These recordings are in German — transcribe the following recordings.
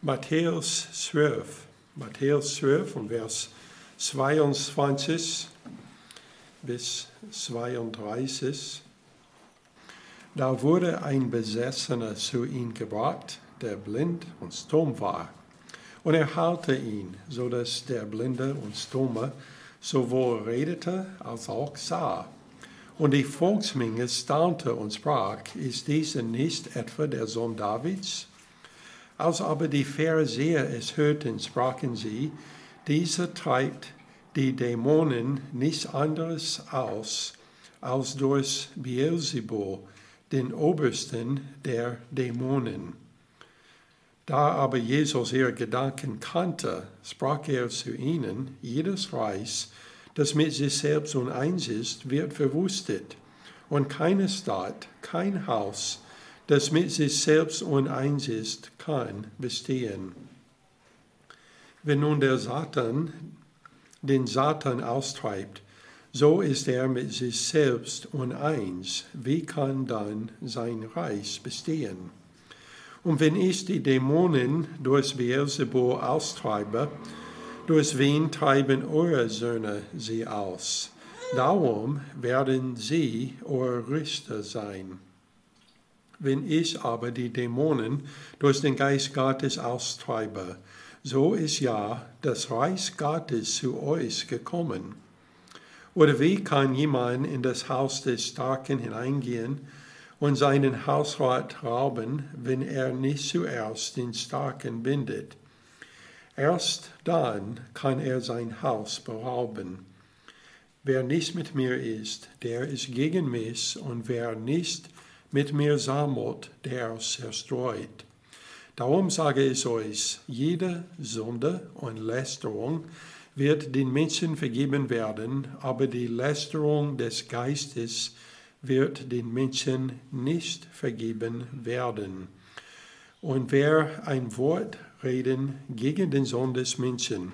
Matthäus 12 und Vers 22 bis 32. Da wurde ein Besessener zu ihm gebracht, der blind und stumm war. Und er heilte ihn, so dass der Blinde und Stumme sowohl redete als auch sah. Und die Volksmenge staunte und sprach, ist dieser nicht etwa der Sohn Davids? Als aber die Pharisäer es hörten, sprachen sie, dieser treibt die Dämonen nichts anderes aus, als durch Beelzebul, den Obersten der Dämonen. Da aber Jesus ihre Gedanken kannte, sprach er zu ihnen, jedes Reich, das mit sich selbst uneins ist, wird verwüstet. Und keine Stadt, kein Haus, das mit sich selbst uneins ist, kann bestehen. Wenn nun der Satan den Satan austreibt, so ist er mit sich selbst uneins. Wie kann dann sein Reich bestehen? Und wenn ich die Dämonen durch Beelzebul austreibe, durch wen treiben eure Söhne sie aus? Darum werden sie eure Richter sein. Wenn ich aber die Dämonen durch den Geist Gottes austreibe, so ist ja das Reich Gottes zu euch gekommen. Oder wie kann jemand in das Haus des Starken hineingehen und seinen Hausrat rauben, wenn er nicht zuerst den Starken bindet? Erst dann kann er sein Haus berauben. Wer nicht mit mir ist, der ist gegen mich, und wer nicht mit mir sammelt, der zerstreut. Darum sage ich euch, jede Sünde und Lästerung wird den Menschen vergeben werden, aber die Lästerung des Geistes wird den Menschen nicht vergeben werden. Und wer ein Wort reden gegen den Sohn des Menschen,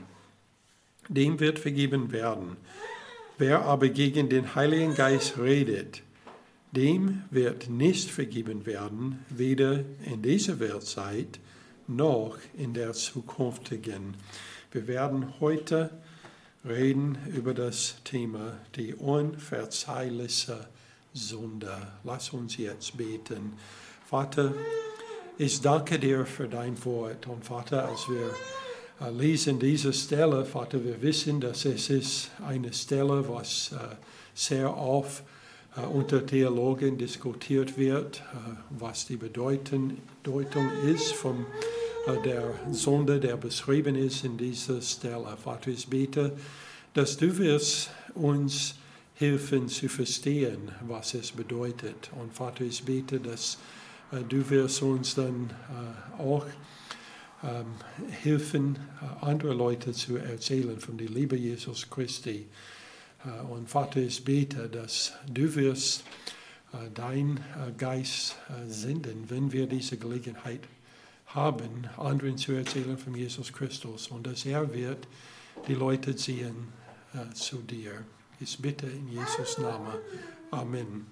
dem wird vergeben werden. Wer aber gegen den Heiligen Geist redet, dem wird nicht vergeben werden, weder in dieser Weltzeit noch in der zukünftigen. Wir werden heute reden über das Thema die unverzeihliche Sünde. Lass uns jetzt beten. Vater, ich danke dir für dein Wort. Und Vater, als wir lesen diese Stelle, Vater, wir wissen, dass es ist eine Stelle, was sehr oft unter Theologen diskutiert wird, was die Bedeutung ist von der Sünde, der beschrieben ist in dieser Stelle. Vater, ich bete, dass du wirst uns helfen zu verstehen, was es bedeutet. Und Vater, ich bete, dass du wirst uns dann auch helfen, andere Leute zu erzählen von der Liebe Jesus Christi. Und Vater, ich bete, dass du wirst dein Geist senden, wenn wir diese Gelegenheit haben, anderen zu erzählen von Jesus Christus. Und dass er wird die Leute ziehen zu dir. Ich bitte in Jesus' Namen. Amen.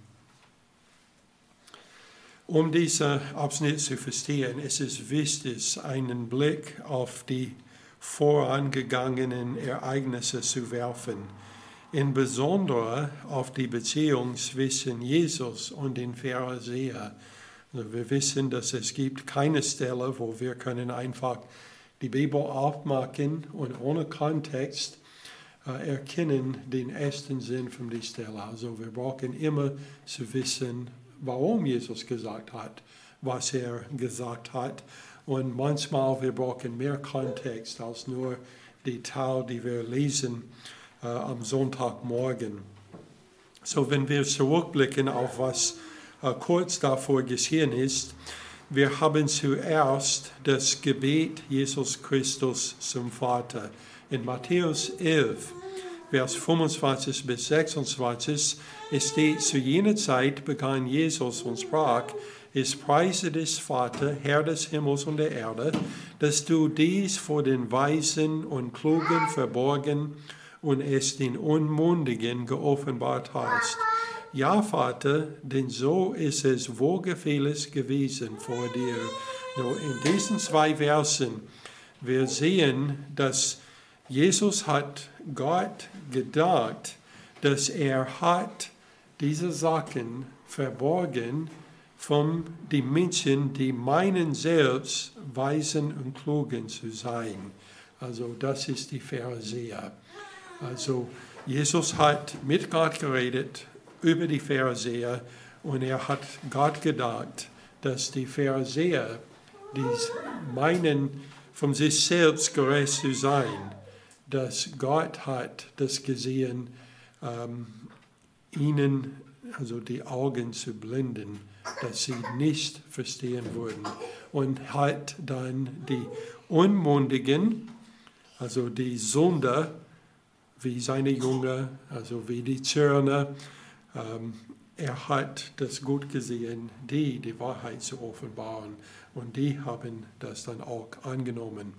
Um diesen Abschnitt zu verstehen, ist es wichtig, einen Blick auf die vorangegangenen Ereignisse zu werfen. Insbesondere auf die Beziehung zwischen Jesus und den Pharisäern. Also wir wissen, dass es gibt keine Stelle, wo wir können einfach die Bibel aufmachen und ohne Kontext erkennen den ersten Sinn von der Stelle. Also wir brauchen immer zu wissen, warum Jesus gesagt hat, was er gesagt hat. Und manchmal wir brauchen mehr Kontext als nur die Teil, die wir lesen am Sonntagmorgen. So, wenn wir zurückblicken auf was kurz davor geschehen ist, wir haben zuerst das Gebet Jesus Christus zum Vater. In Matthäus 11, Vers 25 bis 26, es steht, zu jener Zeit begann Jesus und sprach, ich preise dich, Vater, Herr des Himmels und der Erde, dass du dies vor den Weisen und Klugen verborgen und es den Unmündigen geoffenbart hast. ja, Vater, denn so ist es wohlgefällig gewesen vor dir. Nur in diesen 2 Versen, wir sehen, dass Jesus hat Gott gedacht, dass er hat diese Sachen verborgen von den Menschen, die meinen selbst weisen und klugen zu sein. Also das ist die Pharisäer. Also Jesus hat mit Gott geredet über die Pharisäer und er hat Gott gedacht, dass die Pharisäer, die meinen, von sich selbst gerecht zu sein, dass Gott hat das gesehen, ihnen also die Augen zu blenden, dass sie nicht verstehen würden. Und hat dann die Unmündigen, also die Sünder, wie seine Jünger, also wie die Zöllner, er hat das gut gesehen, die Wahrheit zu offenbaren. Und die haben das dann auch angenommen.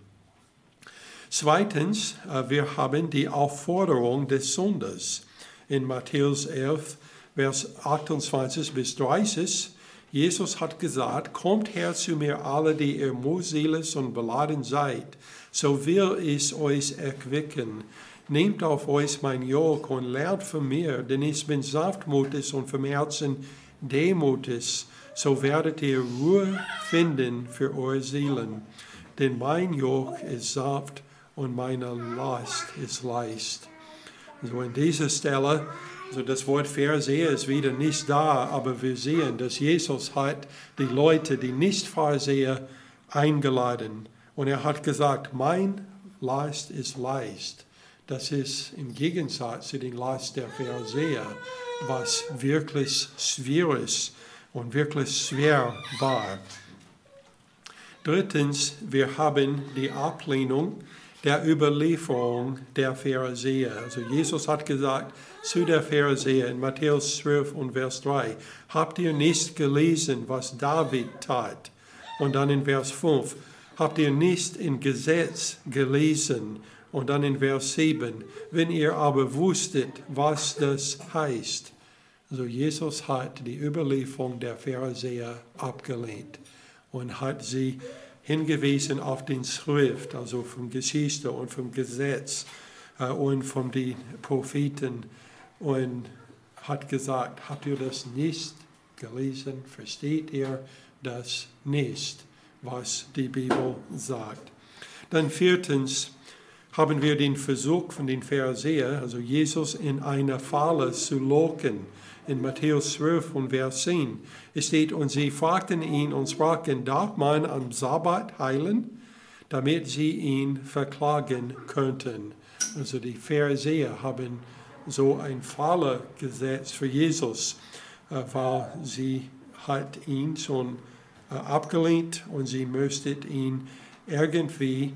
Zweitens, wir haben die Aufforderung des Sünders. In Matthäus 11, Vers 28 bis 30, Jesus hat gesagt, kommt her zu mir alle, die ihr mühselig und beladen seid, so will ich euch erquicken. Nehmt auf euch mein Joch und lernt von mir, denn ich bin sanftmütig und vom Herzen demütig, so werdet ihr Ruhe finden für eure Seelen. Denn mein Joch ist sanft und meine Last ist leicht. So in dieser Stelle, also das Wort Pharisäer ist wieder nicht da, aber wir sehen, dass Jesus hat die Leute, die nicht Pharisäer, eingeladen. Und er hat gesagt, mein Last ist leicht. Das ist im Gegensatz zu den Last der Pharisäer, was wirklich schwierig und wirklich schwer war. Drittens, wir haben die Ablehnung der Überlieferung der Pharisäer. Also Jesus hat gesagt zu der Pharisäer in Matthäus 12 und Vers 3, habt ihr nicht gelesen, was David tat? Und dann in Vers 5, habt ihr nicht im Gesetz gelesen? Und dann in Vers 7, wenn ihr aber wusstet, was das heißt. Also Jesus hat die Überlieferung der Pharisäer abgelehnt und hat sie hingewiesen auf den Schrift, also vom Geschichte und vom Gesetz und von den Propheten und hat gesagt, habt ihr das nicht gelesen? Versteht ihr das nicht, was die Bibel sagt? Dann viertens haben wir den Versuch von den Pharisäern, also Jesus in eine Falle zu locken. In Matthäus 12 und Vers 10. Es steht, und sie fragten ihn und sprachen, darf man am Sabbat heilen, damit sie ihn verklagen könnten. Also die Pharisäer haben so eine Falle gesetzt für Jesus, weil sie hat ihn schon abgelehnt und sie möchte ihn irgendwie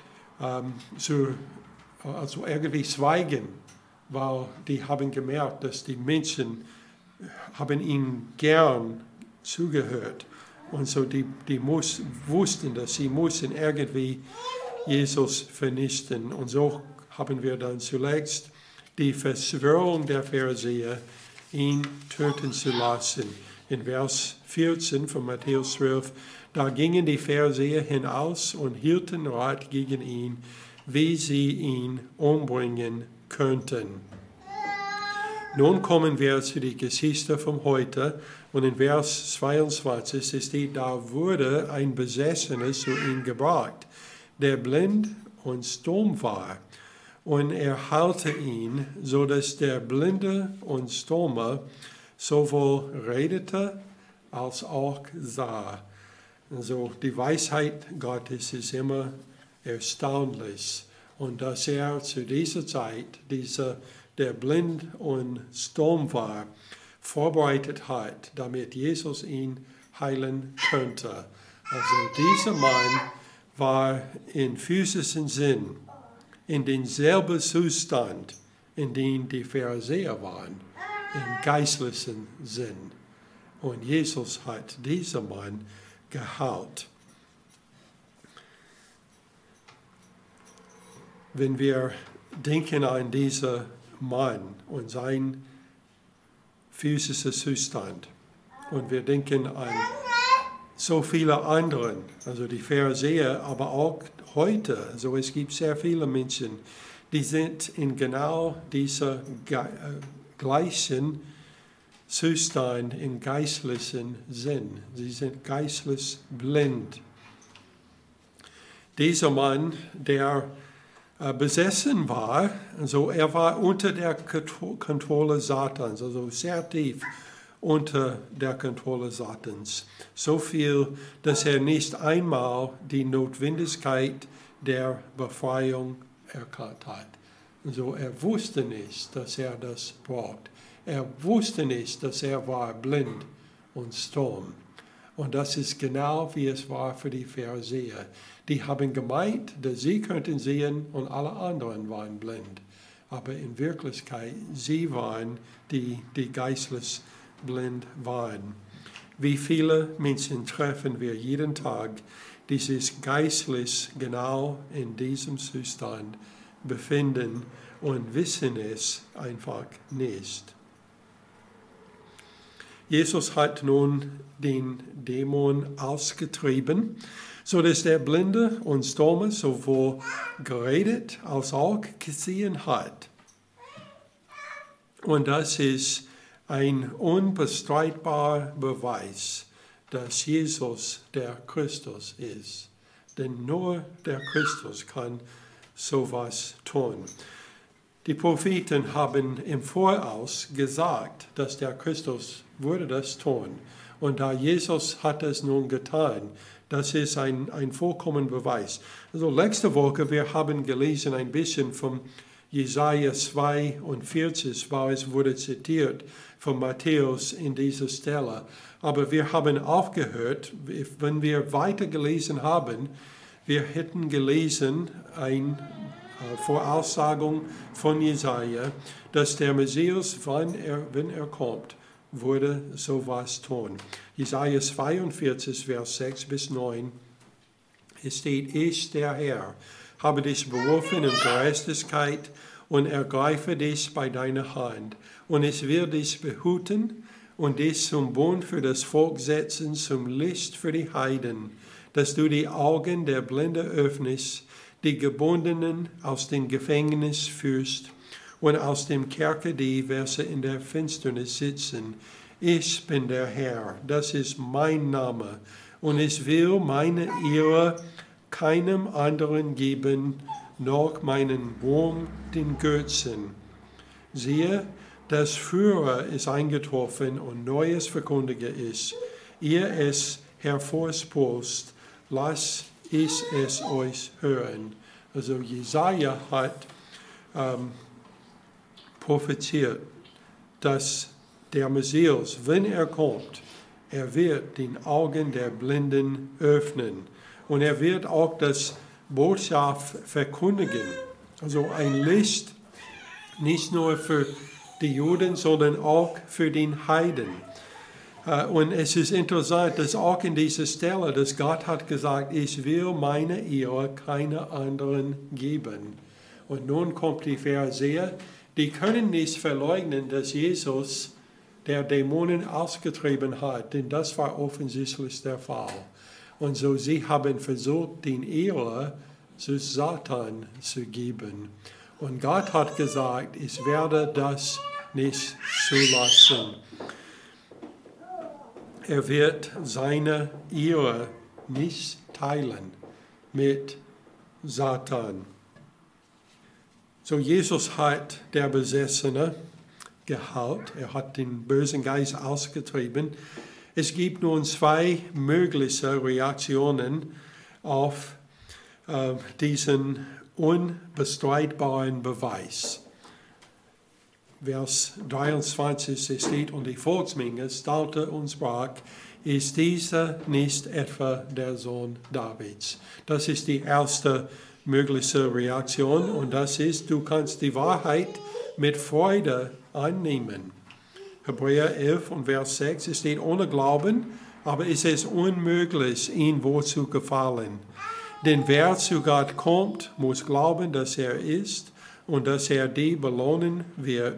irgendwie schweigen, weil die haben gemerkt, dass die Menschen haben ihm gern zugehört. Und so die wussten, dass sie mussten irgendwie Jesus vernichten. Und so haben wir dann zuletzt die Verschwörung der Pharisäer, ihn töten zu lassen. In Vers 14 von Matthäus 12, da gingen die Pharisäer hinaus und hielten Rat gegen ihn, wie sie ihn umbringen könnten. Nun kommen wir zu der Geschichte von heute und in Vers 22 steht, da wurde ein Besessener zu ihm gebracht, der blind und stumm war. Und er heilte ihn, so dass der Blinde und Stumme sowohl redete als auch sah. Also die Weisheit Gottes ist immer erstaunlich. Und dass er zu dieser Zeit, der blind und stumm war, vorbereitet hat, damit Jesus ihn heilen könnte. Also dieser Mann war in physischen Sinn in denselben Zustand, in dem die Pharisäer waren, im geistlichen Sinn. Und Jesus hat diesen Mann geheilt. Wenn wir denken an diesen Mann und sein physischer Zustand. Und wir denken an so viele andere, also die Pharisäer, aber auch heute. Also es gibt sehr viele Menschen, die sind in genau dieser gleichen Zustand im geistlichen Sinn. Sie sind geistlich blind. Dieser Mann, der besessen war, also er war unter der Kontrolle Satans, also sehr tief unter der Kontrolle Satans. So viel, dass er nicht einmal die Notwendigkeit der Befreiung erkannt hat. Also er wusste nicht, dass er das braucht. Er wusste nicht, dass er war blind und stumm. Und das ist genau wie es war für die Pharisäer. Die haben gemeint, dass sie könnten sehen und alle anderen waren blind. Aber in Wirklichkeit, sie waren die geistlich blind waren. Wie viele Menschen treffen wir jeden Tag, die sich geistlich genau in diesem Zustand befinden und wissen es einfach nicht. Jesus hat nun den Dämon ausgetrieben, sodass der Blinde und Stumme sowohl geredet als auch gesehen hat. Und das ist ein unbestreitbarer Beweis, dass Jesus der Christus ist. Denn nur der Christus kann sowas tun. Die Propheten haben im Voraus gesagt, dass der Christus würde das tun. Und da Jesus hat es nun getan, das ist ein vollkommener Beweis. Also letzte Woche, wir haben gelesen ein bisschen von Jesaja 42, weil es wurde zitiert von Matthäus in dieser Stelle. Aber wir haben aufgehört, wenn wir weiter gelesen haben, wir hätten gelesen eine Voraussagung von Jesaja, dass der Messias, wenn er kommt, würde sowas tun. Jesaja 42, Vers 6 bis 9, es steht, ich, der Herr, habe dich berufen in Gerechtigkeit und ergreife dich bei deiner Hand. Und ich will dich behüten und dich zum Bund für das Volk setzen, zum Licht für die Heiden, dass du die Augen der Blinden öffnest, die Gebundenen aus dem Gefängnis führst und aus dem Kerker die, welche in der Finsternis sitzen. Ich bin der Herr, das ist mein Name, und ich will meine Ehre keinem anderen geben, noch meinen Wurm den Götzen. Siehe, das Frühere ist eingetroffen und Neues verkündige ich. Ihr es hervorspulst, lasst ich es euch hören. Also Jesaja hat prophezeit, dass der Messias, wenn er kommt, er wird den Augen der Blinden öffnen. Und er wird auch das Botschaft verkündigen. Also ein Licht nicht nur für die Juden, sondern auch für den Heiden. Und es ist interessant, dass auch in dieser Stelle, dass Gott hat gesagt, ich will meine Ehre keiner anderen geben. Und nun kommt die Pharisäer, die können nicht verleugnen, dass Jesus der Dämonen ausgetrieben hat, denn das war offensichtlich der Fall. Und so sie haben versucht, den Ehre zu Satan zu geben. Und Gott hat gesagt, ich werde das nicht zulassen. Er wird seine Ehre nicht teilen mit Satan. So Jesus hat der Besessene geheilt. Er hat den bösen Geist ausgetrieben. Es gibt nun zwei mögliche Reaktionen auf diesen unbestreitbaren Beweis. Vers 23 steht, und die Volksmenge staunte und sprach, ist dieser nicht etwa der Sohn Davids? Das ist die erste mögliche Reaktion und das ist, du kannst die Wahrheit mit Freude annehmen. Hebräer 11 und Vers 6, es steht, ohne Glauben, aber es ist unmöglich, ihm wohl zu gefallen. Denn wer zu Gott kommt, muss glauben, dass er ist und dass er die belohnen wird,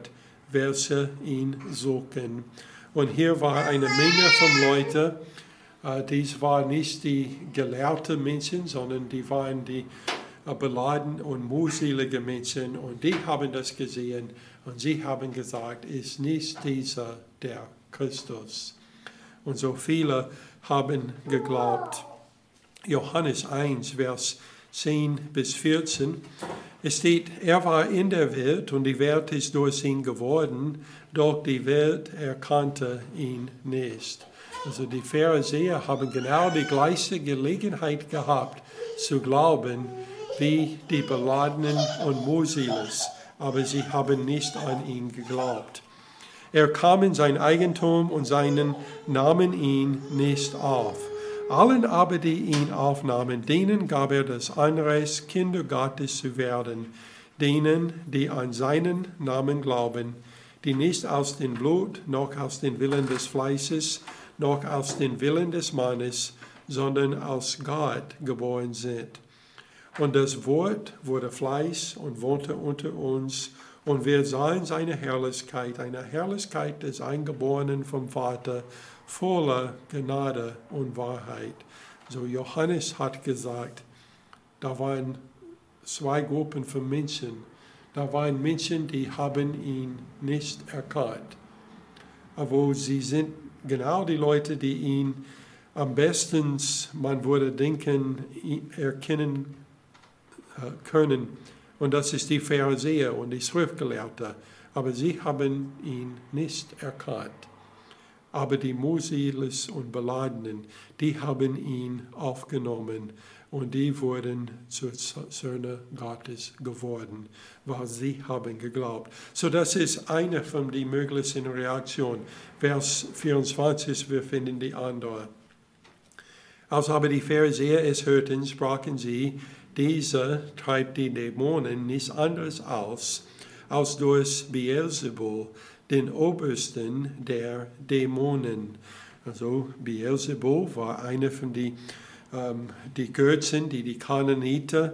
welche ihn suchen. Und hier war eine Menge von Leuten. Dies waren nicht die gelehrten Menschen, sondern die waren die beladen und mühselige Menschen. Und die haben das gesehen und sie haben gesagt, ist nicht dieser der Christus. Und so viele haben geglaubt. Johannes 1, Vers 10 bis 14. Es steht, er war in der Welt und die Welt ist durch ihn geworden, doch die Welt erkannte ihn nicht. Also die Pharisäer haben genau die gleiche Gelegenheit gehabt zu glauben wie die Beladenen und Mühseligen, aber sie haben nicht an ihn geglaubt. Er kam in sein Eigentum und seinen nahmen ihn nicht auf. Allen aber, die ihn aufnahmen, denen gab er das Anrecht, Kinder Gottes zu werden, denen, die an seinen Namen glauben, die nicht aus dem Blut, noch aus dem Willen des Fleisches, noch aus dem Willen des Mannes, sondern aus Gott geboren sind. Und das Wort wurde Fleisch und wohnte unter uns, und wir sahen seine Herrlichkeit, eine Herrlichkeit des Eingeborenen vom Vater, voller Gnade und Wahrheit. So Johannes hat gesagt, da waren zwei Gruppen von Menschen. Da waren Menschen, die haben ihn nicht erkannt. Aber sie sind genau die Leute, die ihn am besten, man würde denken, erkennen können. Und das ist die Pharisäer und die Schriftgelehrten. Aber sie haben ihn nicht erkannt. Aber die Mühseligen und Beladenen, die haben ihn aufgenommen und die wurden zu Söhne Gottes geworden, weil sie haben geglaubt. So das ist eine von den möglichen Reaktionen. Vers 24, wir finden die andere. Als aber die Pharisäer es hörten, sprachen sie, dieser treibt die Dämonen nichts anderes als durch Beelzebul, den Obersten der Dämonen. Also Beelzebul war einer von die Götzen, die Kananiter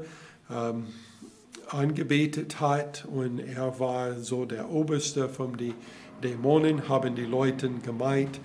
angebetet hat, und er war so der Oberste von den Dämonen, haben die Leute gemeint.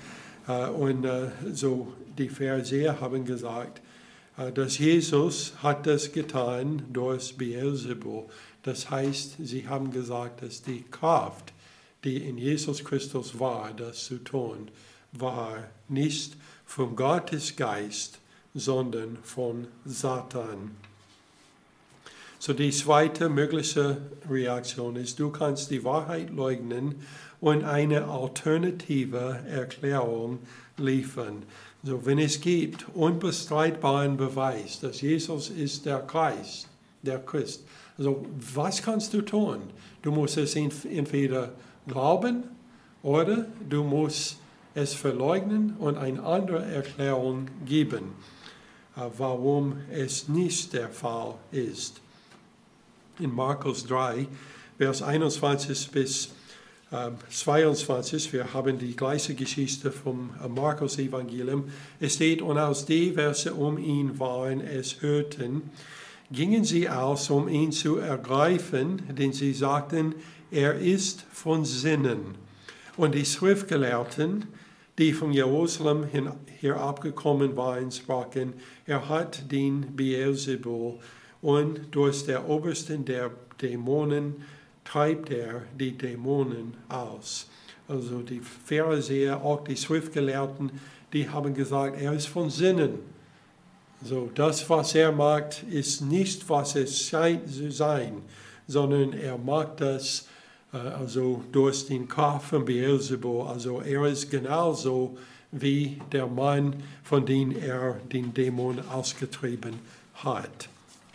So die Pharisäer haben gesagt, dass Jesus hat das getan durch Beelzebul. Das heißt, sie haben gesagt, dass die Kraft, die in Jesus Christus war, das zu tun, war nicht vom Gottesgeist, sondern von Satan. So die zweite mögliche Reaktion ist, du kannst die Wahrheit leugnen und eine alternative Erklärung liefern. So, wenn es gibt unbestreitbaren Beweis, dass Jesus ist der Christ, also was kannst du tun? Du musst es entweder glauben oder du musst es verleugnen und eine andere Erklärung geben, warum es nicht der Fall ist. In Markus 3, Vers 21 bis 22, wir haben die gleiche Geschichte vom Markus-Evangelium. Es steht, und als die, welche um ihn waren, es hörten, gingen sie aus, um ihn zu ergreifen, denn sie sagten, er ist von Sinnen. Und die Schriftgelehrten, die von Jerusalem herabgekommen waren, sprachen, er hat den Beelzebul und durch der Obersten der Dämonen treibt er die Dämonen aus. Also die Pharisäer, auch die Schriftgelehrten, die haben gesagt, er ist von Sinnen. So, das, was er macht, ist nicht, was es scheint zu sein, sondern er macht das also durch den Kraft von Beelzebul. Also er ist genauso wie der Mann, von dem er den Dämon ausgetrieben hat.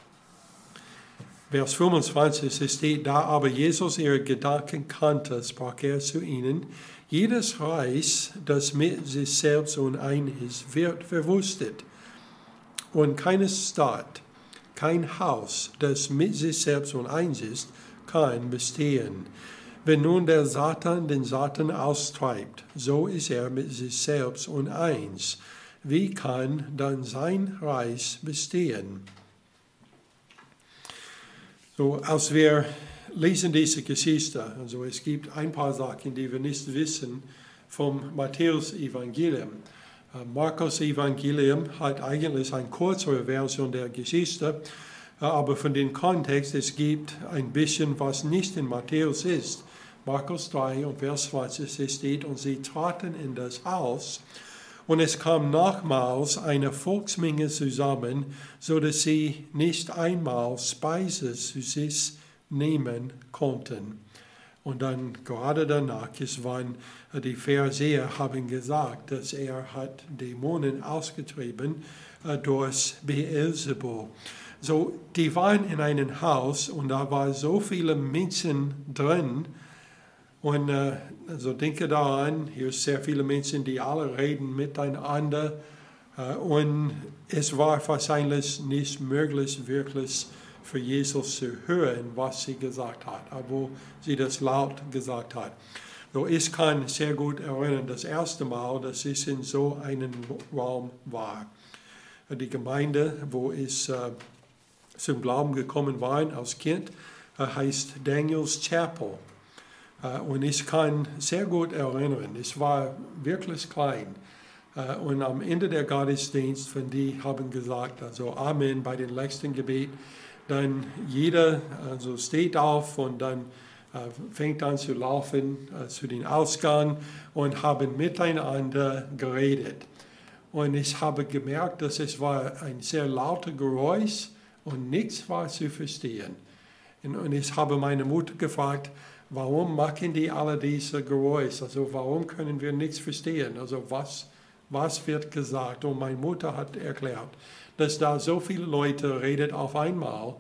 Vers 25 steht, da aber Jesus ihre Gedanken kannte, sprach er zu ihnen, jedes Reich, das mit sich selbst unein ist, wird verwüstet. Und keine Stadt, kein Haus, das mit sich selbst uneins ist, kann bestehen. Wenn nun der Satan den Satan austreibt, so ist er mit sich selbst uneins. Wie kann dann sein Reich bestehen? So, als wir lesen diese Geschichte. Also es gibt ein paar Sachen, die wir nicht wissen vom Matthäus-Evangelium. Markus-Evangelium hat eigentlich eine kürzere Version der Geschichte, aber von dem Kontext, es gibt ein bisschen, was nicht in Matthäus ist. Markus 3 und Vers 20, es steht, und sie traten in das Haus, und es kam nochmals eine Volksmenge zusammen, so dass sie nicht einmal Speise zu sich nehmen konnten. Und dann gerade danach, es waren die Pharisäer haben gesagt, dass er hat Dämonen ausgetrieben durch Beelzebul. So, die waren in einem Haus und da waren so viele Menschen drin. Und also denke daran, hier sind sehr viele Menschen, die alle reden miteinander. Und es war wahrscheinlich nicht möglich, wirklich für Jesus zu hören, was sie gesagt hat, obwohl sie das laut gesagt hat. So, ich kann sehr gut erinnern, das erste Mal, dass ich in so einem Raum war. Die Gemeinde, wo ich zum Glauben gekommen war als Kind, heißt Daniel's Chapel. Und ich kann sehr gut erinnern, ich war wirklich klein. Und am Ende der Gottesdienst, wenn die haben gesagt, also Amen bei den letzten Gebet, dann jeder also steht auf und dann fängt an zu laufen zu den Ausgang und haben miteinander geredet. Und ich habe gemerkt, dass es war ein sehr lauter Geräusch und nichts war zu verstehen. Und ich habe meine Mutter gefragt, warum machen die alle diese Geräusche? Also warum können wir nichts verstehen? Also was wird gesagt? Und meine Mutter hat erklärt, dass da so viele Leute reden auf einmal.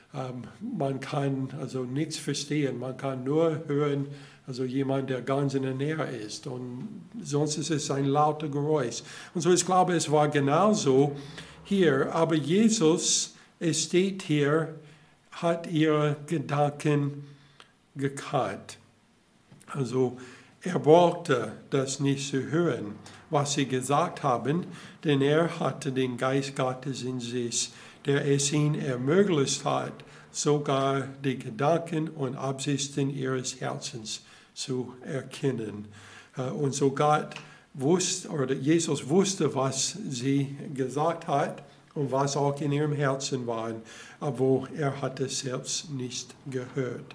Man kann also nichts verstehen. Man kann nur hören, also jemand, der ganz in der Nähe ist. Und sonst ist es ein lauter Geräusch. Und so, ich glaube, es war genauso hier. Aber Jesus, es steht hier, hat ihre Gedanken gekannt. Also er brauchte das nicht zu hören, was sie gesagt haben, denn er hatte den Geist Gottes in sich, der es ihnen ermöglicht hat, sogar die Gedanken und Absichten ihres Herzens zu erkennen. Und so Gott wusste, oder Jesus wusste, was sie gesagt hat und was auch in ihrem Herzen war, aber er hat es selbst nicht gehört.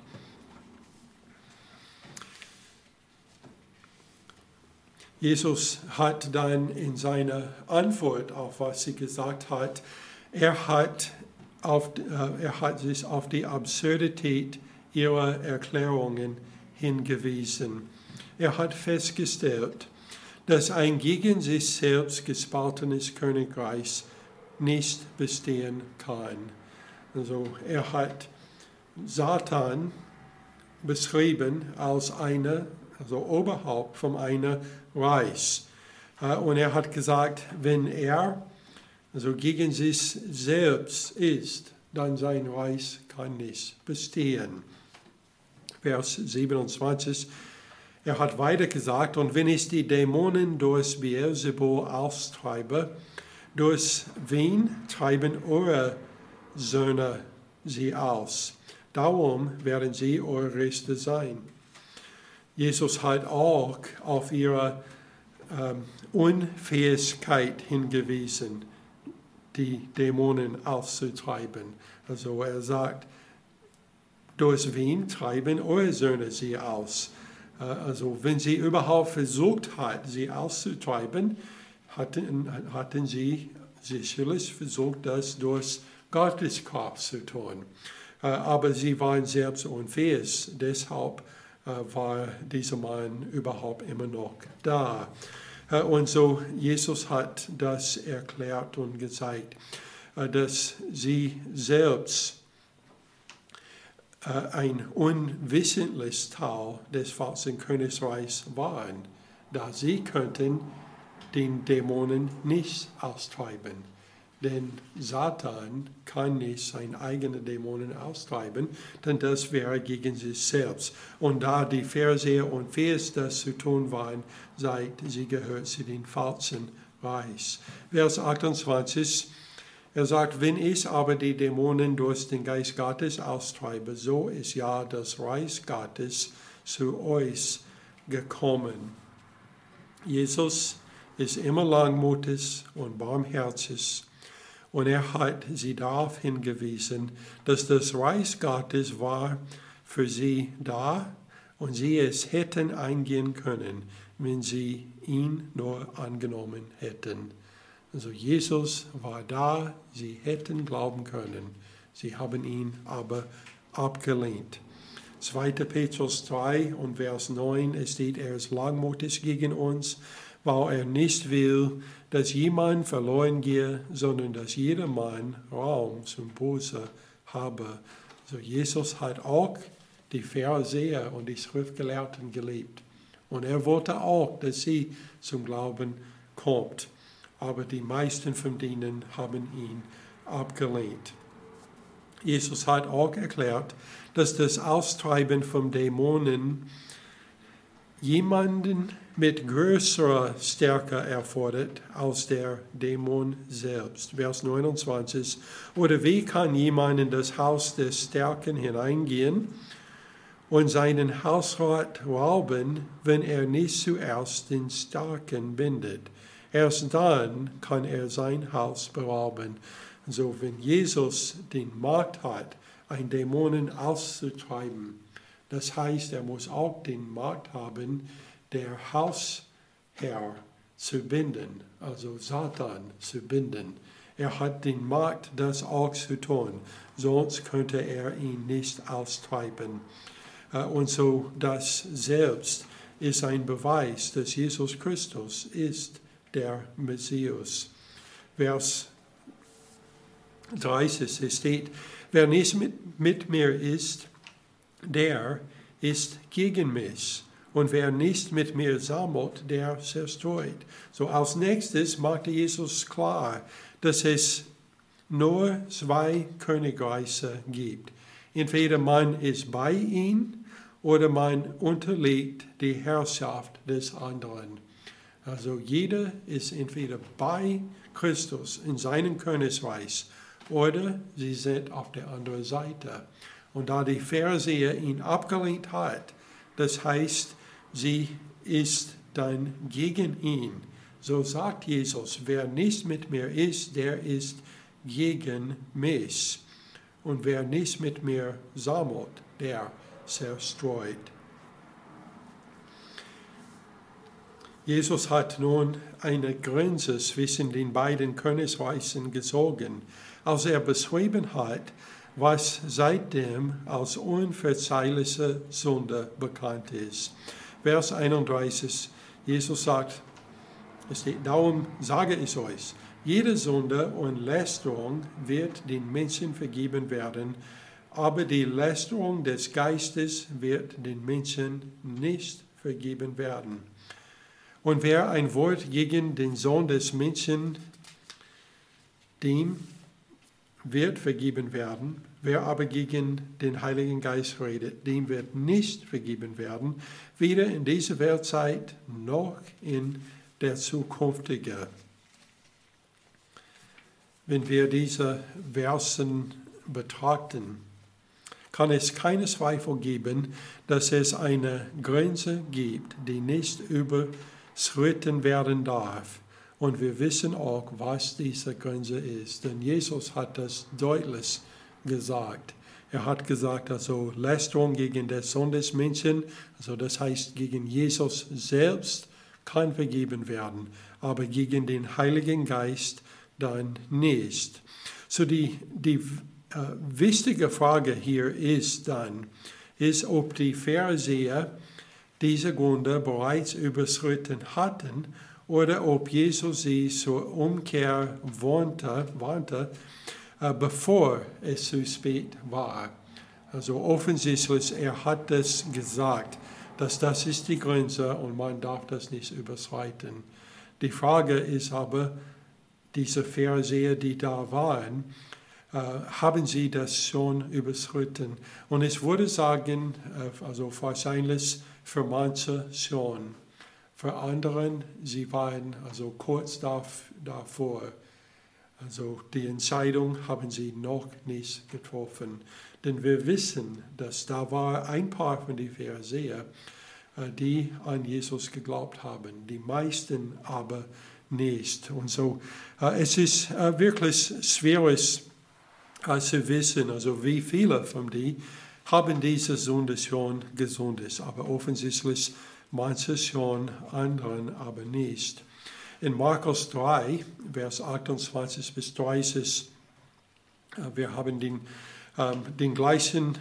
Jesus hat dann in seiner Antwort auf was sie gesagt hat, er hat sich auf die Absurdität ihrer Erklärungen hingewiesen. Er hat festgestellt, dass ein gegen sich selbst gespaltenes Königreich nicht bestehen kann. Also er hat Satan beschrieben als also Oberhaupt von einem Reich. Und er hat gesagt, wenn er also gegen sich selbst ist, dann sein Reich kann nicht bestehen. Vers 27, er hat weiter gesagt, und wenn ich die Dämonen durch Beelzebul austreibe, durch wen treiben eure Söhne sie aus? Darum werden sie eure Richter sein. Jesus hat auch auf ihre Unfähigkeit hingewiesen, die Dämonen auszutreiben. Also er sagt, durch wen treiben eure Söhne sie aus? Also wenn sie überhaupt versucht hat, sie auszutreiben, hatten sie sicherlich versucht, das durch Gottes Kraft zu tun. Aber sie waren selbst unfähig, deshalb war dieser Mann überhaupt immer noch da. Und so Jesus hat das erklärt und gezeigt, dass sie selbst ein unwissentliches Teil des falschen Königreichs waren, da sie könnten den Dämonen nicht austreiben. Denn Satan kann nicht seine eigenen Dämonen austreiben, denn das wäre gegen sich selbst. Und da die Pharisäer unfähig das zu tun waren, sagt, sie gehört zu den falschen Reich. Vers 28, Er sagt, wenn ich aber die Dämonen durch den Geist Gottes austreibe, so ist ja das Reich Gottes zu euch gekommen. Jesus ist immer langmutig und barmherzig und er hat sie darauf hingewiesen, dass das Reich Gottes war für sie da und sie es hätten eingehen können, wenn sie ihn nur angenommen hätten. Also Jesus war da, sie hätten glauben können, sie haben ihn aber abgelehnt. 2. Petrus 3 und Vers 9, es steht, er ist langmutig gegen uns, weil er nicht will, dass jemand verloren gehe, sondern dass jedermann Raum zum Böse habe. Also Jesus hat auch die Pharisäer und die Schriftgelehrten geliebt. Und er wollte auch, dass sie zum Glauben kommt. Aber die meisten von denen haben ihn abgelehnt. Jesus hat auch erklärt, dass das Austreiben von Dämonen jemanden mit größerer Stärke erfordert als der Dämon selbst. Vers 29. Oder wie kann jemand in das Haus des Starken hineingehen und seinen Hausrat rauben, wenn er nicht zuerst den Starken bindet? Erst dann kann er sein Haus berauben. Also wenn Jesus die Macht hat, einen Dämonen auszutreiben, das heißt, er muss auch die Macht haben, der Hausherr zu binden, also Satan zu binden. Er hat die Macht, das auch zu tun, sonst könnte er ihn nicht austreiben. Und so das selbst ist ein Beweis, dass Jesus Christus ist der Messias. Vers 30, es steht, wer nicht mit mir ist, der ist gegen mich. Und wer nicht mit mir sammelt, der zerstreut. So als nächstes machte Jesus klar, dass es nur zwei Königreiche gibt. Entweder man ist bei ihm oder man unterliegt die Herrschaft des anderen. Also jeder ist entweder bei Christus in seinem Königreich oder sie sind auf der anderen Seite. Und da die Pharisäer ihn abgelehnt hat, das heißt, sie ist dann gegen ihn. So sagt Jesus, wer nicht mit mir ist, der ist gegen mich. Und wer nicht mit mir sammelt, der zerstreut. Jesus hat nun eine Grenze zwischen den beiden Königreichen gezogen, als er beschrieben hat, was seitdem als unverzeihliche Sünde bekannt ist. Vers 31, Jesus sagt, es steht, darum sage ich euch, jede Sünde und Lästerung wird den Menschen vergeben werden, aber die Lästerung des Geistes wird den Menschen nicht vergeben werden. Und wer ein Wort gegen den Sohn des Menschen, dem wird vergeben werden. Wer aber gegen den Heiligen Geist redet, dem wird nicht vergeben werden, weder in dieser Weltzeit noch in der zukünftigen. Wenn wir diese Versen betrachten, kann es keinen Zweifel geben, dass es eine Grenze gibt, die nicht überschritten werden darf. Und wir wissen auch, was diese Grenze ist. Denn Jesus hat das deutlich gesagt. Er hat gesagt, also Lästerung gegen den Sohn des Menschen, also das heißt gegen Jesus selbst, kann vergeben werden, aber gegen den Heiligen Geist dann nicht. So die wichtige Frage hier ist dann, ob die Pharisäer diese Gründe bereits überschritten hatten oder ob Jesus sie zur Umkehr warnte, bevor es zu spät war. Also offensichtlich, er hat das gesagt, dass das ist die Grenze und man darf das nicht überschreiten. Die Frage ist aber, diese Pharisäer, die da waren, haben sie das schon überschritten? Und ich würde sagen, also wahrscheinlich für manche schon. Für andere, sie waren also kurz davor. Also die Entscheidung haben sie noch nicht getroffen. Denn wir wissen, dass da war ein paar von den Pharisäern, die an Jesus geglaubt haben. Die meisten aber nicht. Und so, es ist wirklich schwierig zu wissen, also wie viele von denen haben diese Sünde schon gesündigt. Aber offensichtlich manche schon, anderen aber nicht. In Markus 3, Vers 28 bis 30, wir haben den gleichen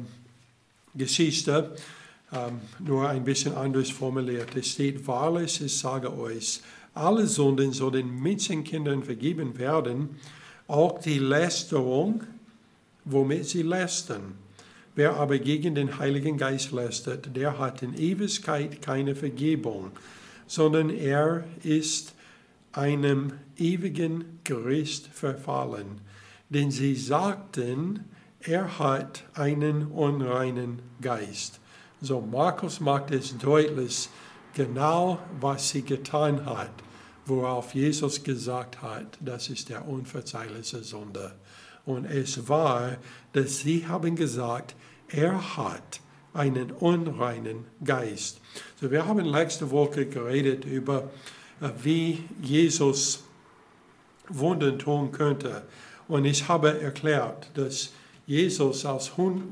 Geschichte, nur ein bisschen anders formuliert. Es steht, wahrlich, ich sage euch, alle Sünden sollen Menschenkindern vergeben werden, auch die Lästerung, womit sie lästern. Wer aber gegen den Heiligen Geist lästert, der hat in Ewigkeit keine Vergebung, sondern er ist einem ewigen Gericht verfallen. Denn sie sagten, er hat einen unreinen Geist. So Markus macht es deutlich, genau was sie getan hat, worauf Jesus gesagt hat, das ist der unverzeihliche Sünde. Und es war, dass sie haben gesagt, er hat einen unreinen Geist. So, wir haben letzte Woche geredet über, wie Jesus Wunder tun könnte. Und ich habe erklärt, dass Jesus als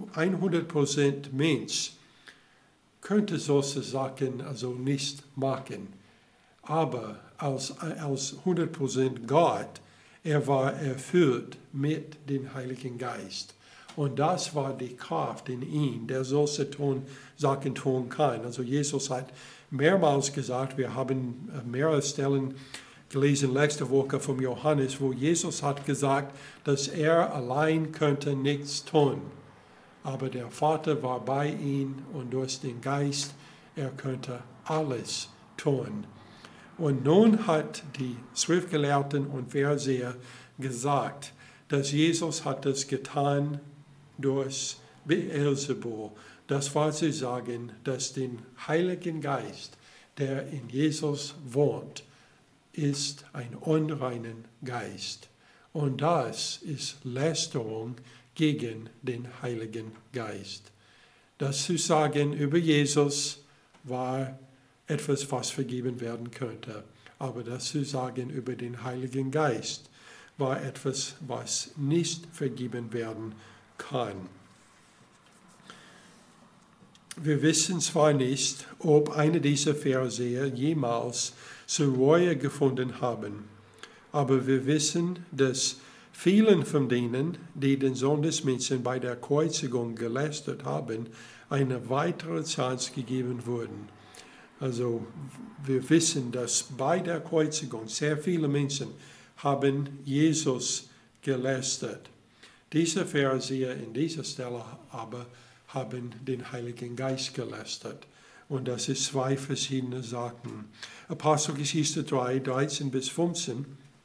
100% Mensch könnte solche Sachen also nicht machen. Aber als 100% Gott, er war erfüllt mit dem Heiligen Geist. Und das war die Kraft in ihm, der solche Sachen tun kann. Also Jesus hat mehrmals gesagt, wir haben mehrere Stellen gelesen letzte Woche von Johannes, wo Jesus hat gesagt, dass er allein könnte nichts tun. Aber der Vater war bei ihm und durch den Geist, er könnte alles tun. Und nun hat die Schriftgelehrten und Pharisäer gesagt, dass Jesus hat das getan durch Beelzebul. Das war zu sagen, dass den Heiligen Geist, der in Jesus wohnt, ist ein unreiner Geist. Und das ist Lästerung gegen den Heiligen Geist. Das zu sagen über Jesus war etwas, was vergeben werden könnte. Aber das zu sagen über den Heiligen Geist war etwas, was nicht vergeben werden kann. Wir wissen zwar nicht, ob einer dieser Pharisäer jemals zur Reue gefunden haben, aber wir wissen, dass vielen von denen, die den Sohn des Menschen bei der Kreuzigung gelästert haben, eine weitere Chance gegeben wurden. Also wir wissen, dass bei der Kreuzigung sehr viele Menschen haben Jesus gelästert. Diese Pharisäer in dieser Stelle aber haben den Heiligen Geist gelästert. Und das ist zwei verschiedene Sachen. Apostelgeschichte 3, 13 bis 15.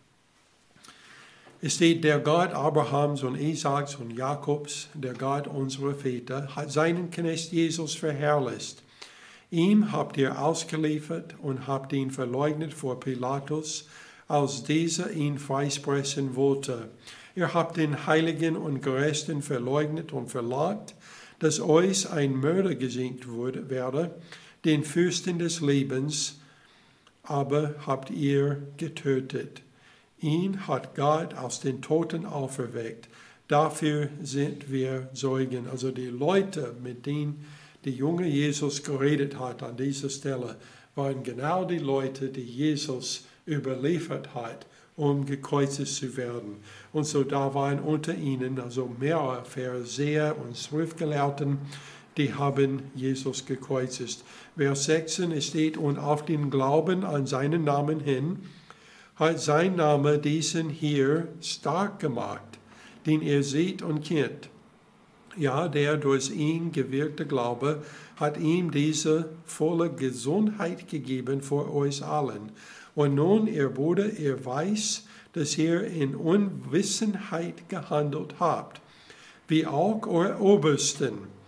Es steht, der Gott Abrahams und Isaaks und Jakobs, der Gott unserer Väter, hat seinen Knecht Jesus verherrlicht. Ihm habt ihr ausgeliefert und habt ihn verleugnet vor Pilatus, als dieser ihn freisprechen wollte. Ihr habt den Heiligen und Gerechten verleugnet und verlangt, dass euch ein Mörder geschenkt werde, den Fürsten des Lebens, aber habt ihr getötet. Ihn hat Gott aus den Toten auferweckt. Dafür sind wir Zeugen. Also die Leute, mit denen der junge Jesus geredet hat an dieser Stelle, waren genau die Leute, die Jesus überliefert hat, um gekreuzigt zu werden. Und so da waren unter ihnen also mehrere Pharisäer und Schriftgelehrten, die haben Jesus gekreuzigt. Vers 16 steht, und auf den Glauben an seinen Namen hin hat sein Name diesen hier stark gemacht, den ihr seht und kennt. Ja, der durch ihn gewirkte Glaube hat ihm diese volle Gesundheit gegeben vor euch allen. Und nun, ihr Bruder, ihr weiß, dass ihr in Unwissenheit gehandelt habt, wie auch eure Obersten.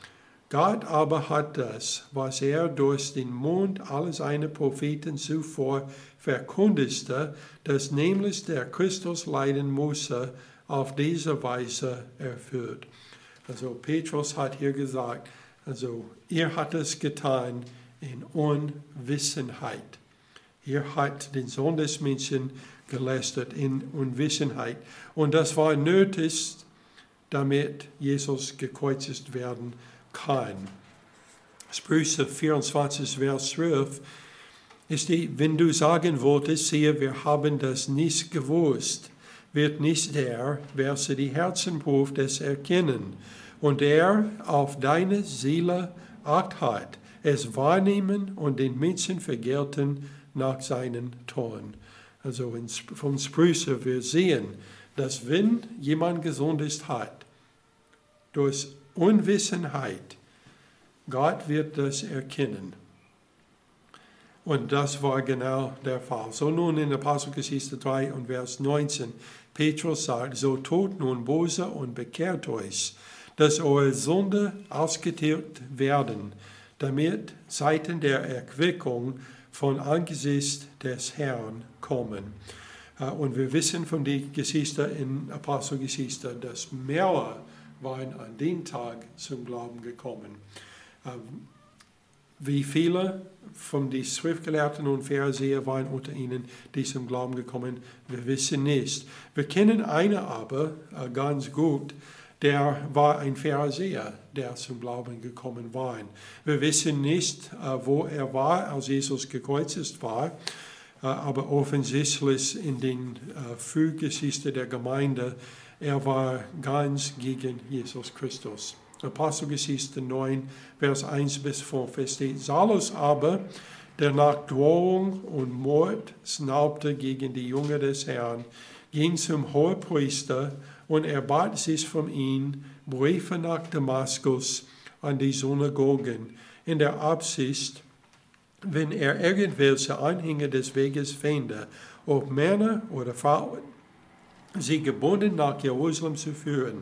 Gott aber hat das, was er durch den Mund aller seiner Propheten zuvor verkündigte, dass nämlich der Christus leiden müsse, auf diese Weise erfüllt. Also Petrus hat hier gesagt, also ihr habt es getan in Unwissenheit. Ihr habt den Sohn des Menschen gelästert in Unwissenheit. Und das war nötig, damit Jesus gekreuzigt werden kann. Sprüche 24, Vers 12 ist wenn du sagen wolltest, siehe, wir haben das nicht gewusst, wird nicht der, welcher die Herzen prüft, es erkennen. Und der auf deine Seele Acht hat, es wahrnehmen und den Menschen vergelten nach seinen Toren. Also vom Sprüche, wir sehen, dass wenn jemand Gesundes hat, durch Unwissenheit, Gott wird das erkennen. Und das war genau der Fall. So nun in Apostelgeschichte 3 und Vers 19, Petrus sagt, so tut nun böse und bekehrt euch, dass eure Sünde ausgetilgt werden, damit Zeiten der Erquickung von Angesicht des Herrn kommen. Und wir wissen von der Geschichte in Apostelgeschichte, dass mehrere waren an dem Tag zum Glauben gekommen. Wie viele von den Schriftgelehrten und Pharisäern waren unter ihnen, die zum Glauben gekommen, wir wissen nicht. Wir kennen einen aber ganz gut, der war ein Pharisäer, der zum Glauben gekommen war. Wir wissen nicht, wo er war, als Jesus gekreuzigt war, aber offensichtlich in den Frühgeschichte der Gemeinde, er war ganz gegen Jesus Christus. Apostelgeschichte 9, Vers 1 bis 5 steht, Saulus aber, der nach Drohung und Mord schnaubte gegen die Jünger des Herrn, ging zum Hohepriester und er bat sich von ihm Briefe nach Damaskus an die Synagogen, in der Absicht, wenn er irgendwelche Anhänger des Weges fände, ob Männer oder Frauen, sie gebunden nach Jerusalem zu führen.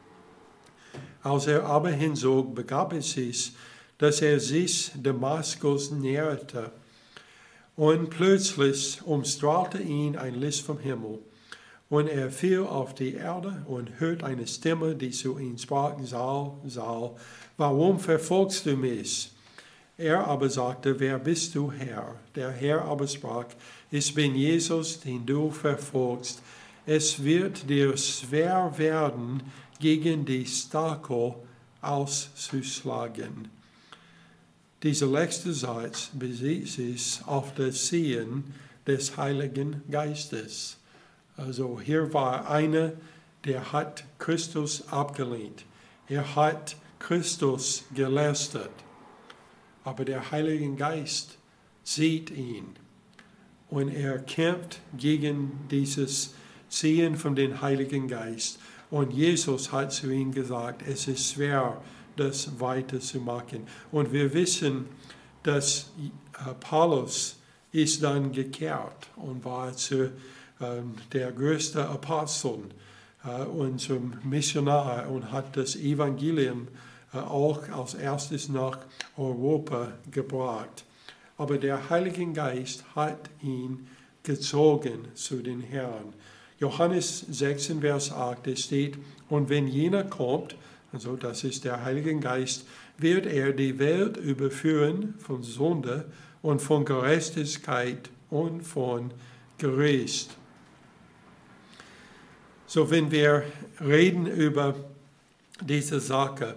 Als er aber hinzog, begab es sich, dass er sich Damaskus näherte. Und plötzlich umstrahlte ihn ein Licht vom Himmel. Und er fiel auf die Erde und hörte eine Stimme, die zu ihm sprach, Saul, Saul, warum verfolgst du mich? Er aber sagte, wer bist du, Herr? Der Herr aber sprach, ich bin Jesus, den du verfolgst. Es wird dir schwer werden, gegen die Stachel auszuschlagen. Dieser letzte Satz bezieht sich auf das Ziehen des Heiligen Geistes. Also hier war einer, der hat Christus abgelehnt. Er hat Christus gelästert. Aber der Heilige Geist sieht ihn. Und er kämpft gegen dieses Ziehen von dem Heiligen Geist. Und Jesus hat zu ihm gesagt, es ist schwer, das weiterzumachen. Und wir wissen, dass Paulus ist dann gekehrt und war der größte Apostel und zum Missionar und hat das Evangelium auch als erstes nach Europa gebracht. Aber der Heilige Geist hat ihn gezogen zu den Herrn. Johannes 16, Vers 8, es steht, und wenn jener kommt, also das ist der Heilige Geist, wird er die Welt überführen von Sünde und von Gerechtigkeit und von Gericht. So, wenn wir reden über diese Sache,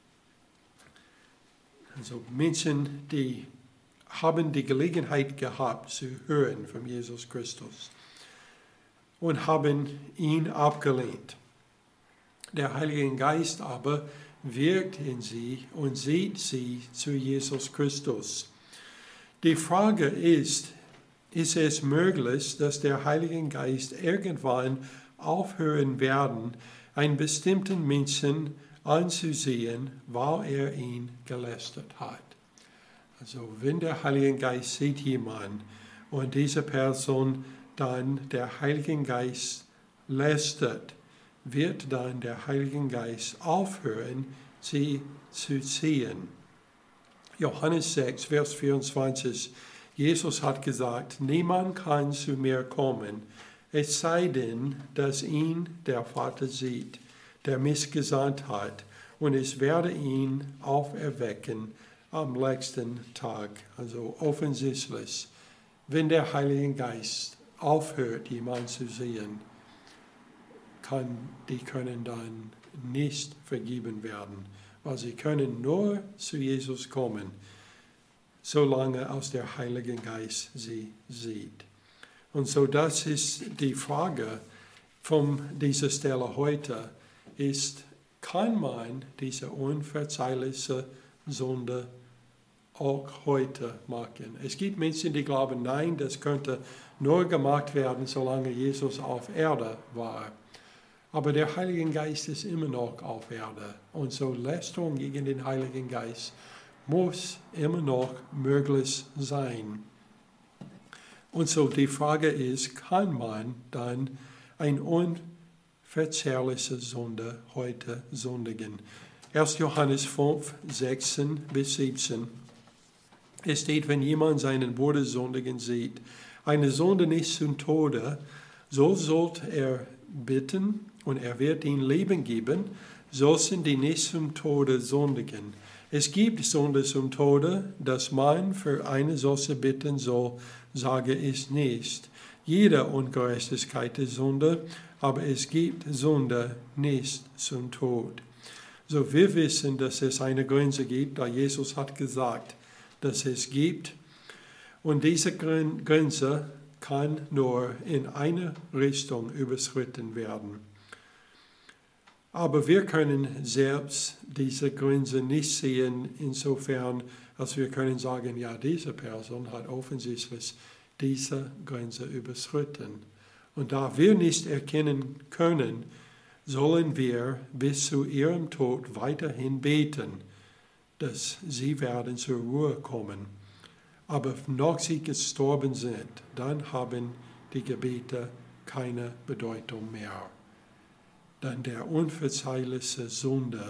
also Menschen, die haben die Gelegenheit gehabt zu hören von Jesus Christus und haben ihn abgelehnt. Der Heilige Geist aber wirkt in sie und zieht sie zu Jesus Christus. Die Frage ist es möglich, dass der Heilige Geist irgendwann aufhören werden, einen bestimmten Menschen anzusehen, weil er ihn gelästert hat? Also wenn der Heilige Geist sieht jemanden und diese Person dann der Heilige Geist lästert, wird dann der Heilige Geist aufhören, sie zu ziehen. Johannes 6, Vers 24. Jesus hat gesagt, niemand kann zu mir kommen, es sei denn, dass ihn der Vater sieht, der mich gesandt hat, und es werde ihn auferwecken am letzten Tag. Also offensichtlich, wenn der Heilige Geist aufhört, jemanden zu sehen, die können dann nicht vergeben werden, weil sie können nur zu Jesus kommen, solange als der Heilige Geist sie sieht. Und so das ist die Frage von dieser Stelle heute, ist, kann man diese unverzeihliche Sünde auch heute machen? Es gibt Menschen, die glauben, nein, das könnte nur gemacht werden, solange Jesus auf Erde war. Aber der Heilige Geist ist immer noch auf Erde. Und so Lästerung gegen den Heiligen Geist muss immer noch möglich sein. Und so die Frage ist, kann man dann eine unverzehrliche Sünde heute sündigen? 1. Johannes 5, 16 bis 17. Es steht, wenn jemand seinen Bruder sündigen sieht, eine Sünde nicht zum Tode, so sollte er bitten und er wird ihm Leben geben, solchen die nicht zum Tode sündigen. Es gibt Sünde zum Tode, dass man für eine solche bitten soll, sage ich nicht. Jede Ungerechtigkeit ist Sünde, aber es gibt Sünde nicht zum Tod. So wir wissen, dass es eine Grenze gibt, da Jesus hat gesagt, dass es gibt. Und diese Grenze kann nur in eine Richtung überschritten werden. Aber wir können selbst diese Grenze nicht sehen, insofern, als wir können sagen, ja, diese Person hat offensichtlich diese Grenze überschritten. Und da wir nicht erkennen können, sollen wir bis zu ihrem Tod weiterhin beten, dass sie werden zur Ruhe kommen. Aber noch sie gestorben sind, dann haben die Gebete keine Bedeutung mehr. Denn der unverzeihliche Sünde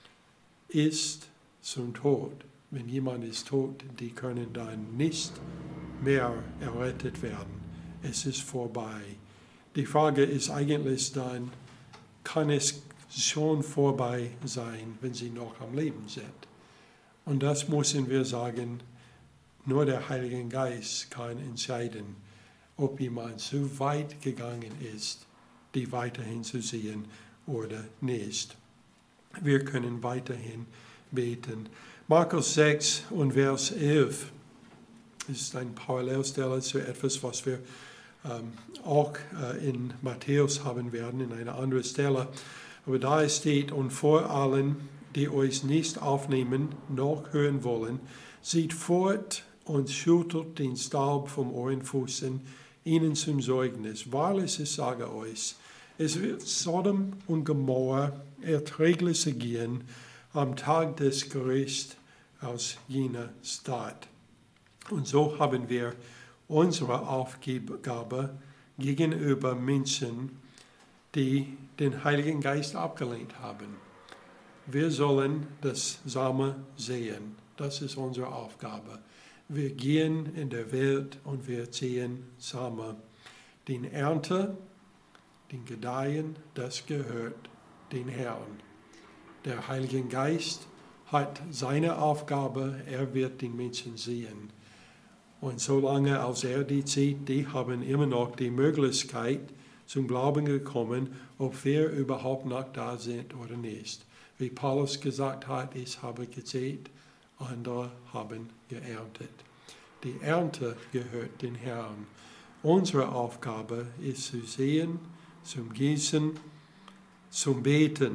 ist zum Tod. Wenn jemand ist tot, die können dann nicht mehr errettet werden. Es ist vorbei. Die Frage ist eigentlich dann, kann es schon vorbei sein, wenn sie noch am Leben sind? Und das müssen wir sagen, nur der Heilige Geist kann entscheiden, ob jemand zu weit gegangen ist, die weiterhin zu sehen oder nicht. Wir können weiterhin beten. Markus 6 und Vers 11 ist eine Parallelstelle zu etwas, was wir auch in Matthäus haben werden, in einer anderen Stelle. Aber da steht, und vor allen, die euch nicht aufnehmen, noch hören wollen, zieht fort und schüttelt den Staub vom Ohrenfußen ihnen zum Zeugnis. Wahrlich, ich sage euch, es wird Sodom und Gomorra erträglicher gehen am Tag des Gerichts aus jener Stadt. Und so haben wir unsere Aufgabe gegenüber Menschen, die den Heiligen Geist abgelehnt haben. Wir sollen das Samen sehen. Das ist unsere Aufgabe. Wir gehen in der Welt und wir ziehen Samen. Den Ernte, den Gedeihen, das gehört den Herrn. Der Heilige Geist hat seine Aufgabe, er wird den Menschen sehen. Und solange als er die zieht, die haben immer noch die Möglichkeit, zum Glauben gekommen, ob wir überhaupt noch da sind oder nicht. Wie Paulus gesagt hat, ich habe gesät, andere haben geerntet. Die Ernte gehört den Herrn. Unsere Aufgabe ist zu sehen, zum Gießen, zum Beten.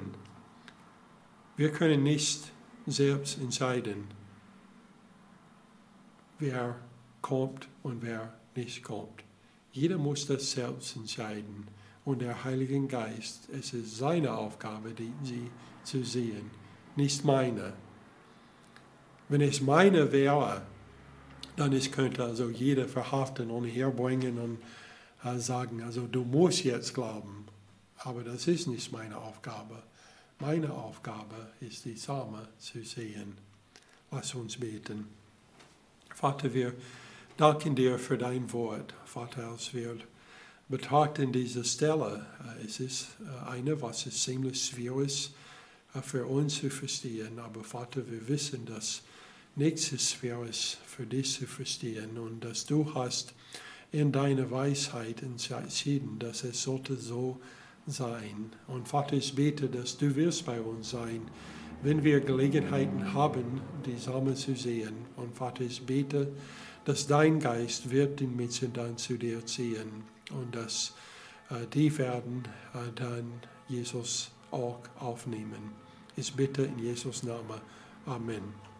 Wir können nicht selbst entscheiden, wer kommt und wer nicht kommt. Jeder muss das selbst entscheiden. Und der Heilige Geist, es ist seine Aufgabe, sie zu sehen, nicht meine. Wenn es meine wäre, dann könnte also jeder verhaften und herbringen und sagen, also du musst jetzt glauben. Aber das ist nicht meine Aufgabe. meine Aufgabe ist, die Psalme zu sehen. Lass uns beten. Vater, wir danken dir für dein Wort. Vater, als wir betrachten diese Stelle, es ist eine, was es ziemlich schwierig ist für uns zu verstehen. Aber Vater, wir wissen, dass nichts ist schwierig für dich zu verstehen und dass du hast in deiner Weisheit entschieden, dass es sollte so sein. Und Vater, ich bete, dass du wirst bei uns sein, wenn wir Gelegenheiten haben, die Psalme zu sehen. Und Vater, ich bete, dass dein Geist wird den Menschen dann zu dir ziehen und dass die werden dann Jesus auch aufnehmen. Ich bitte in Jesus' Namen. Amen.